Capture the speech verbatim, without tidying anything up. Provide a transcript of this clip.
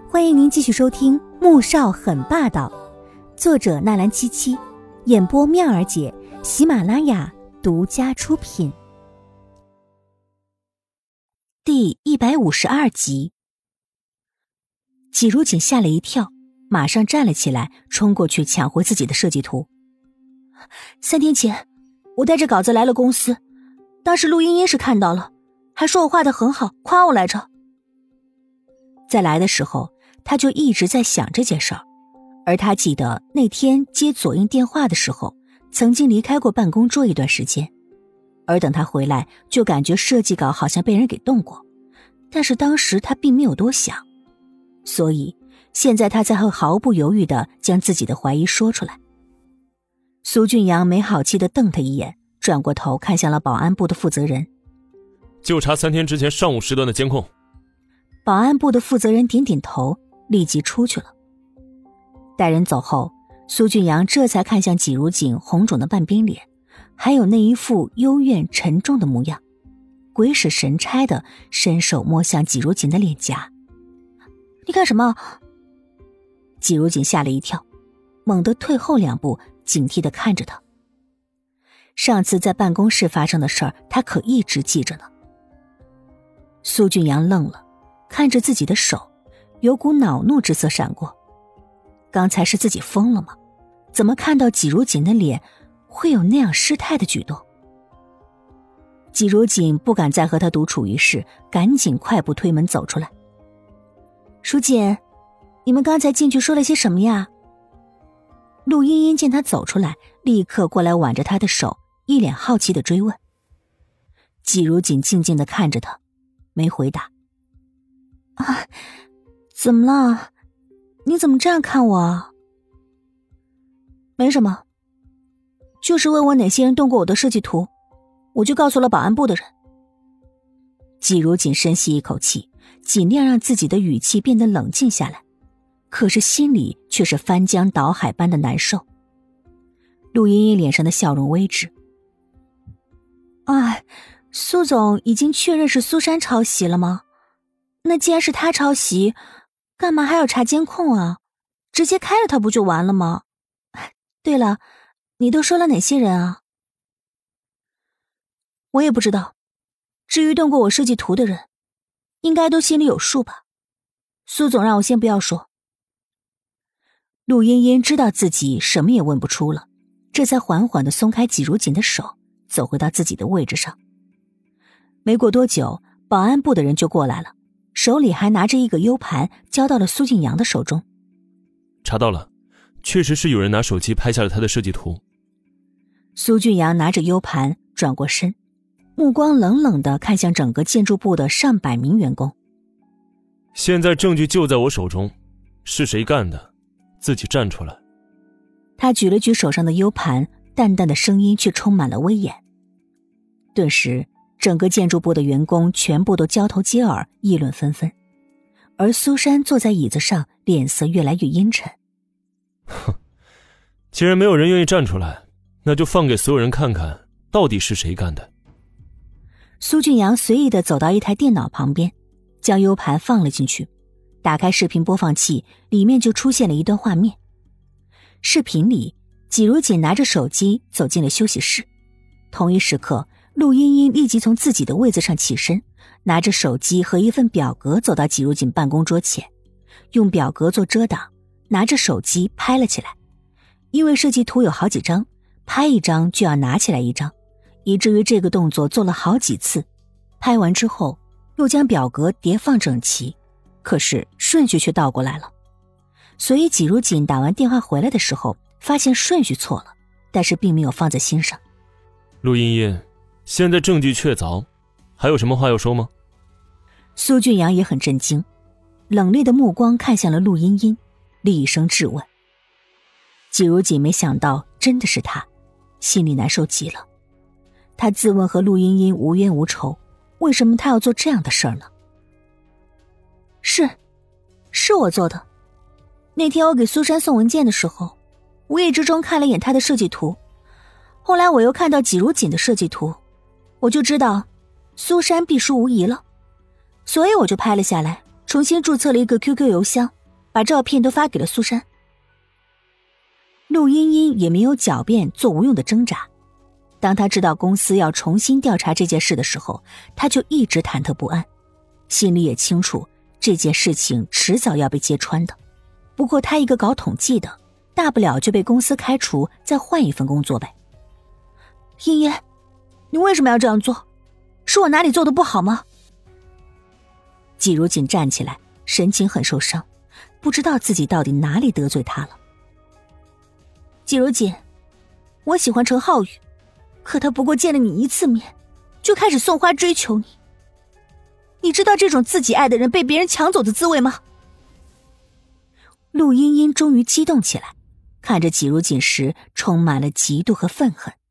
欢迎您继续收听《穆少很霸道》，作者纳兰七七，演播妙儿姐，喜马拉雅独家出品。第一百五十二集。季如锦吓了一跳，马上站了起来，冲过去抢回自己的设计图。三天前我带着稿子来了公司，当时陆茵茵是看到了，还说我画得很好，夸我来着。在来的时候他就一直在想这件事儿，而他记得那天接左印电话的时候曾经离开过办公桌一段时间，而等他回来就感觉设计稿好像被人给动过，但是当时他并没有多想，所以现在他才会毫不犹豫地将自己的怀疑说出来。苏俊阳没好气地瞪他一眼，转过头看向了保安部的负责人。 就查三天之前上午时段的监控。 保安部的负责人点点头，立即出去了。待人走后，苏俊阳这才看向季如锦红肿的半边脸，还有那一副幽怨沉重的模样，鬼使神差的伸手摸向季如锦的脸颊。你干什么？季如锦吓了一跳，猛地退后两步，警惕地看着他。上次在办公室发生的事儿他可一直记着呢。苏俊阳愣了，看着自己的手，有股恼怒之色闪过。刚才是自己疯了吗？怎么看到季如锦的脸会有那样失态的举动？季如锦不敢再和他独处一室，赶紧快步推门走出来。舒锦，你们刚才进去说了些什么呀？陆茵茵见他走出来，立刻过来挽着他的手，一脸好奇地追问。季如锦静静地看着他，没回答。啊，怎么了？你怎么这样看我啊？没什么，就是问我哪些人动过我的设计图，我就告诉了保安部的人。季如锦深吸一口气，尽量让自己的语气变得冷静下来，可是心里却是翻江倒海般的难受。陆茵茵脸上的笑容微滞。哎，苏总已经确认是苏珊抄袭了吗？那既然是他抄袭，干嘛还要查监控啊？直接开了他不就完了吗？对了，你都说了哪些人啊？我也不知道，至于动过我设计图的人，应该都心里有数吧。苏总让我先不要说。陆茵茵知道自己什么也问不出了，这才缓缓地松开季如锦的手，走回到自己的位置上。没过多久，保安部的人就过来了，手里还拿着一个 U 盘，交到了苏俊阳的手中。 查到了，确实是有人拿手机拍下了他的设计图。 苏俊阳拿着 U 盘转过身，目光冷冷地看向整个建筑部的上百名员工。 现在证据就在我手中，是谁干的，自己站出来。 他举了举手上的 U 盘，淡淡的声音却充满了威严。顿时整个建筑部的员工全部都交头接耳，议论纷纷，而苏珊坐在椅子上，脸色越来越阴沉。 哼，既然没有人愿意站出来，那就放给所有人看看到底是谁干的。 苏俊阳随意地走到一台电脑旁边，将 U 盘放了进去，打开视频播放器，里面就出现了一段画面。视频里，季如锦拿着手机走进了休息室，同一时刻，陆茵茵立即从自己的位子上起身，拿着手机和一份表格走到季如锦办公桌前，用表格做遮挡，拿着手机拍了起来。因为设计图有好几张，拍一张就要拿起来一张，以至于这个动作做了好几次。拍完之后又将表格叠放整齐，可是顺序却倒过来了。所以季如锦打完电话回来的时候发现顺序错了，但是并没有放在心上。 陆茵茵，现在证据确凿，还有什么话要说吗？ 苏俊阳也很震惊，冷冽的目光看向了陆茵茵，厉声质问。季如锦没想到真的是他，心里难受极了。他自问和陆茵茵无冤无仇，为什么他要做这样的事儿呢？是，是我做的。那天我给苏珊送文件的时候，无意之中看了眼她的设计图，后来我又看到季如锦的设计图，我就知道苏珊必输无疑了，所以我就拍了下来，重新注册了一个 Q Q 邮箱， 把照片都发给了苏珊。陆茵茵也没有狡辩做无用的挣扎，当她知道公司要重新调查这件事的时候，她就一直忐忑不安，心里也清楚这件事情迟早要被揭穿的。不过她一个搞统计的，大不了就被公司开除，再换一份工作呗。茵茵，你为什么要这样做？是我哪里做的不好吗？季如锦站起来，神情很受伤，不知道自己到底哪里得罪他了。季如锦，我喜欢陈浩宇，可他不过见了你一次面，就开始送花追求你。你知道这种自己爱的人被别人抢走的滋味吗？陆茵茵终于激动起来，看着季如锦时充满了嫉妒和愤恨。